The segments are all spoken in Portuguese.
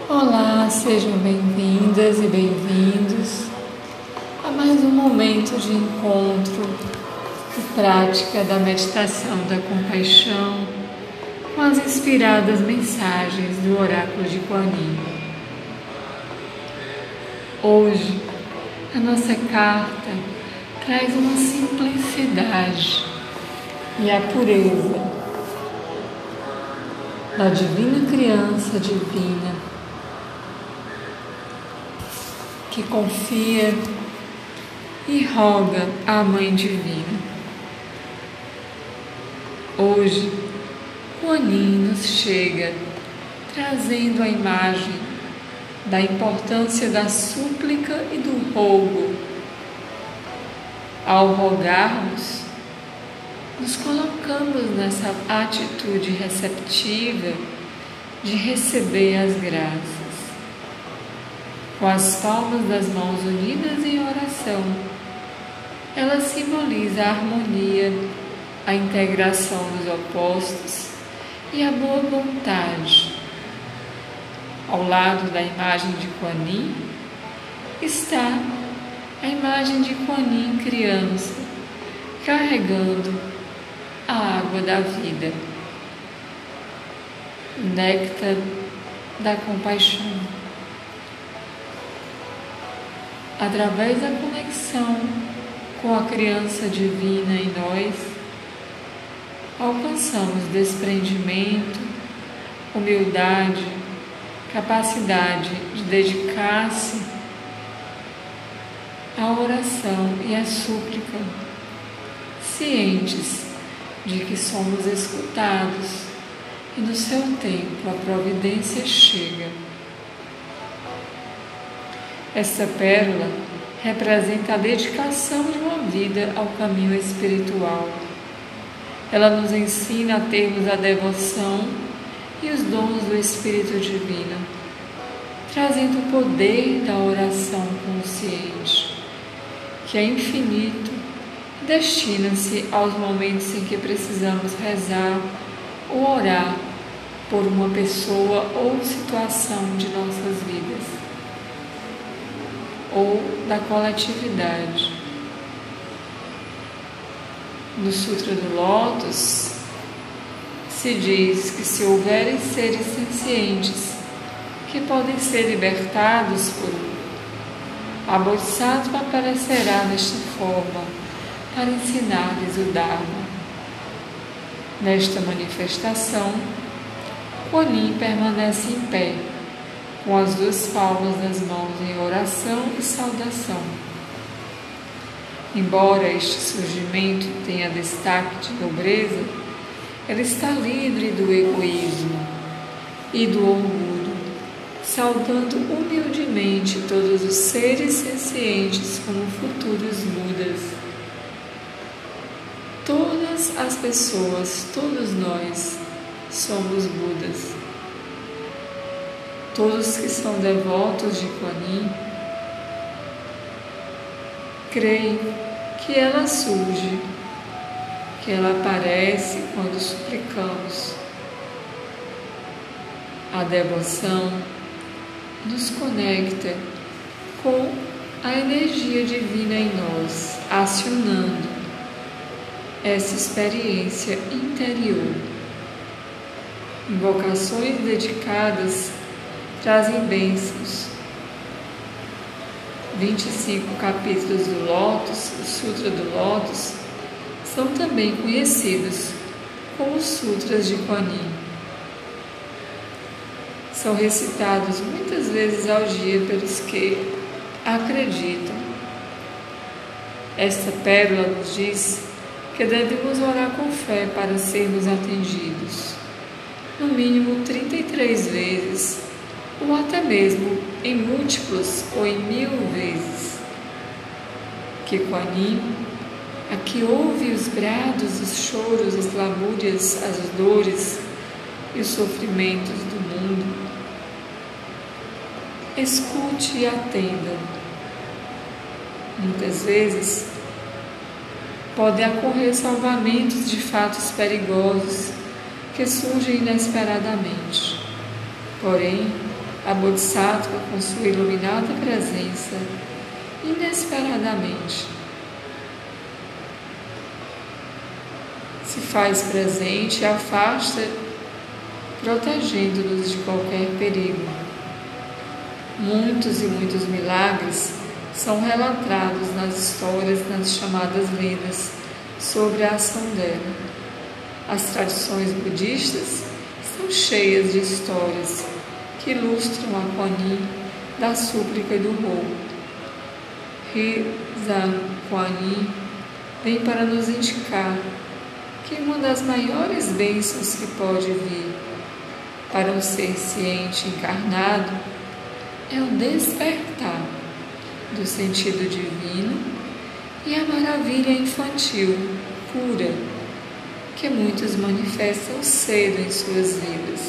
Olá, sejam bem-vindas e bem-vindos a mais um momento de encontro e prática da meditação da compaixão com as inspiradas mensagens do Oráculo de Kuan Yin. Hoje, a nossa carta traz uma simplicidade e a pureza da divina criança divina que confia e roga à Mãe Divina. Hoje, Kuan Yin nos chega trazendo a imagem da importância da súplica e do rogo. Ao rogarmos, nos colocamos nessa atitude receptiva de receber as graças. Com as palmas das mãos unidas em oração, ela simboliza a harmonia, a integração dos opostos e a boa vontade. Ao lado da imagem de Kuan Yin está a imagem de Kuan Yin criança, carregando a água da vida, o néctar da compaixão. Através da conexão com a criança divina em nós, alcançamos desprendimento, humildade, capacidade de dedicar-se à oração e à súplica, cientes de que somos escutados e no seu tempo a providência chega. Esta pérola representa a dedicação de uma vida ao caminho espiritual. Ela nos ensina a termos a devoção e os dons do Espírito Divino, trazendo o poder da oração consciente, que é infinito e destina-se aos momentos em que precisamos rezar ou orar por uma pessoa ou situação de nossas vidas, ou da coletividade. No Sutra do Lótus se diz que se houverem seres sencientes que podem ser libertados por a Bodhisattva aparecerá nesta forma para ensinar-lhes o Dharma. Nesta manifestação, Kuan Yin permanece em pé, com as duas palmas das mãos em oração e saudação. Embora este surgimento tenha destaque de nobreza, ela está livre do egoísmo e do orgulho, saudando humildemente todos os seres sencientes como futuros Budas. Todas as pessoas, todos nós, somos Budas. Todos que são devotos de Kuan Yin creem que ela surge, que ela aparece quando suplicamos. A devoção nos conecta com a energia divina em nós, acionando essa experiência interior. Invocações dedicadas trazem bênçãos. 25 capítulos do Lótus, o Sutra do Lótus, são também conhecidos como os Sutras de Kuan Yin. São recitados muitas vezes ao dia pelos que acreditam. Esta pérola nos diz que devemos orar com fé para sermos atendidos, no mínimo 33 vezes, ou até mesmo em múltiplos ou em 1000 vezes. Que Kuan Yin, a que ouve os brados, os choros, as lamúrias, as dores e os sofrimentos do mundo, escute e atenda. Muitas vezes podem ocorrer salvamentos de fatos perigosos que surgem inesperadamente. Porém, a Bodhisattva, com sua iluminada presença, inesperadamente se faz presente e afasta, protegendo-nos de qualquer perigo. Muitos e muitos milagres são relatados nas histórias, nas chamadas lendas, sobre a ação dela. As tradições budistas estão cheias de histórias que ilustram a Kuan Yin da súplica e do roubo. Rizan Kuan Yin vem para nos indicar que uma das maiores bênçãos que pode vir para um ser ciente encarnado é o despertar do sentido divino e a maravilha infantil, pura, que muitos manifestam cedo em suas vidas.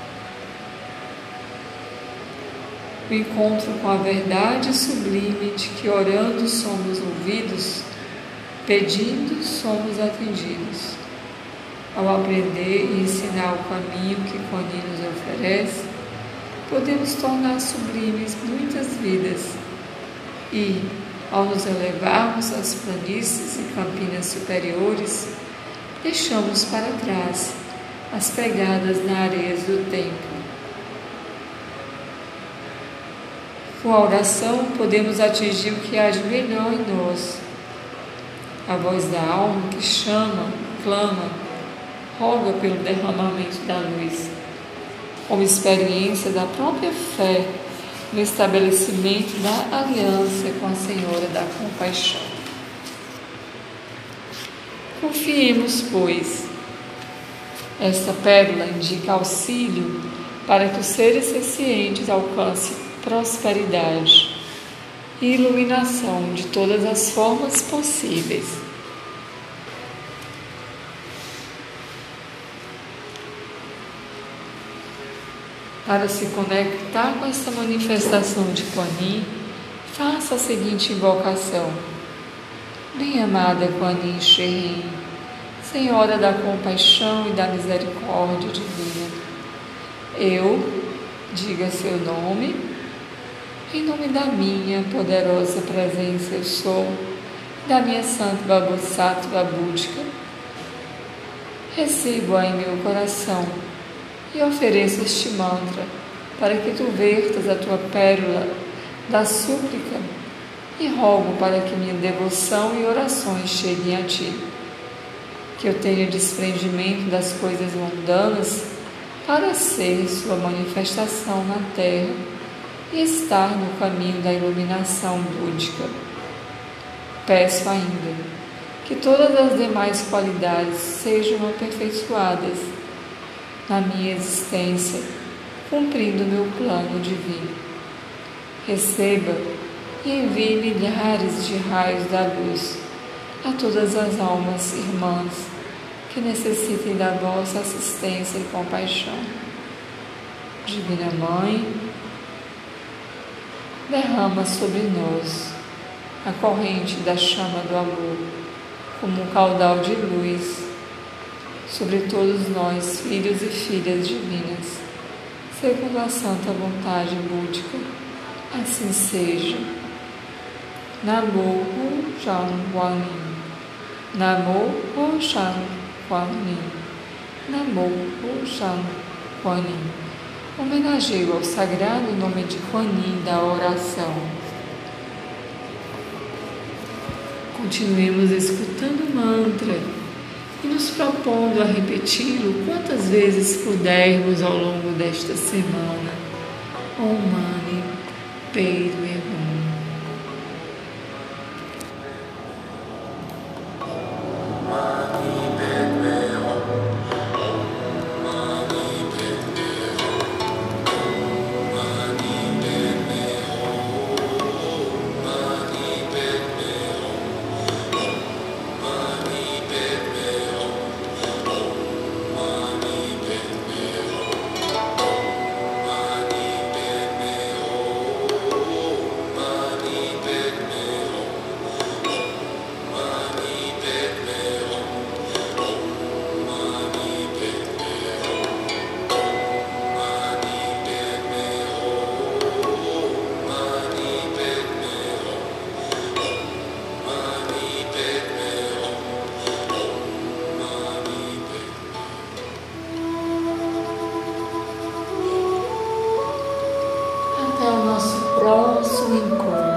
O encontro com a verdade sublime de que orando somos ouvidos, pedindo somos atendidos. Ao aprender e ensinar o caminho que Kuan Yin nos oferece, podemos tornar sublimes muitas vidas e, ao nos elevarmos às planícies e campinas superiores, deixamos para trás as pegadas na areia do tempo. Com a oração podemos atingir o que há de melhor em nós. A voz da alma que chama, clama, roga pelo derramamento da luz, como experiência da própria fé no estabelecimento da aliança com a Senhora da Compaixão. Confiemos, pois. Esta pérola indica auxílio para que os seres sencientes alcancem prosperidade e iluminação de todas as formas possíveis. Para se conectar com essa manifestação de Kuan Yin, faça a seguinte invocação: Bem-amada Kuan Yin Sherin, Senhora da compaixão e da misericórdia divina, eu, diga seu nome, em nome da minha poderosa presença eu sou, da minha Santa Bodhisattva búdica, recebo-a em meu coração e ofereço este mantra para que tu vertas a tua pérola da súplica e rogo para que minha devoção e orações cheguem a ti, que eu tenha desprendimento das coisas mundanas para ser sua manifestação na terra e estar no caminho da iluminação búdica. Peço ainda que todas as demais qualidades sejam aperfeiçoadas na minha existência, cumprindo meu plano divino. Receba e envie milhares de raios da luz a todas as almas irmãs que necessitem da vossa assistência e compaixão. Divina Mãe, derrama sobre nós a corrente da chama do amor, como um caudal de luz, sobre todos nós, filhos e filhas divinas, segundo a santa vontade búdica, assim seja. Namo Ho Shan Kuan Yin. Namo Ho Shan Kuan Yin. Namo Ho Shan Kuan Yin. Homenageio ao sagrado nome de Kuan Yin da oração. Continuemos escutando o mantra e nos propondo a repeti-lo quantas vezes pudermos ao longo desta semana. Om Mani Padme Hum. próximo encontro.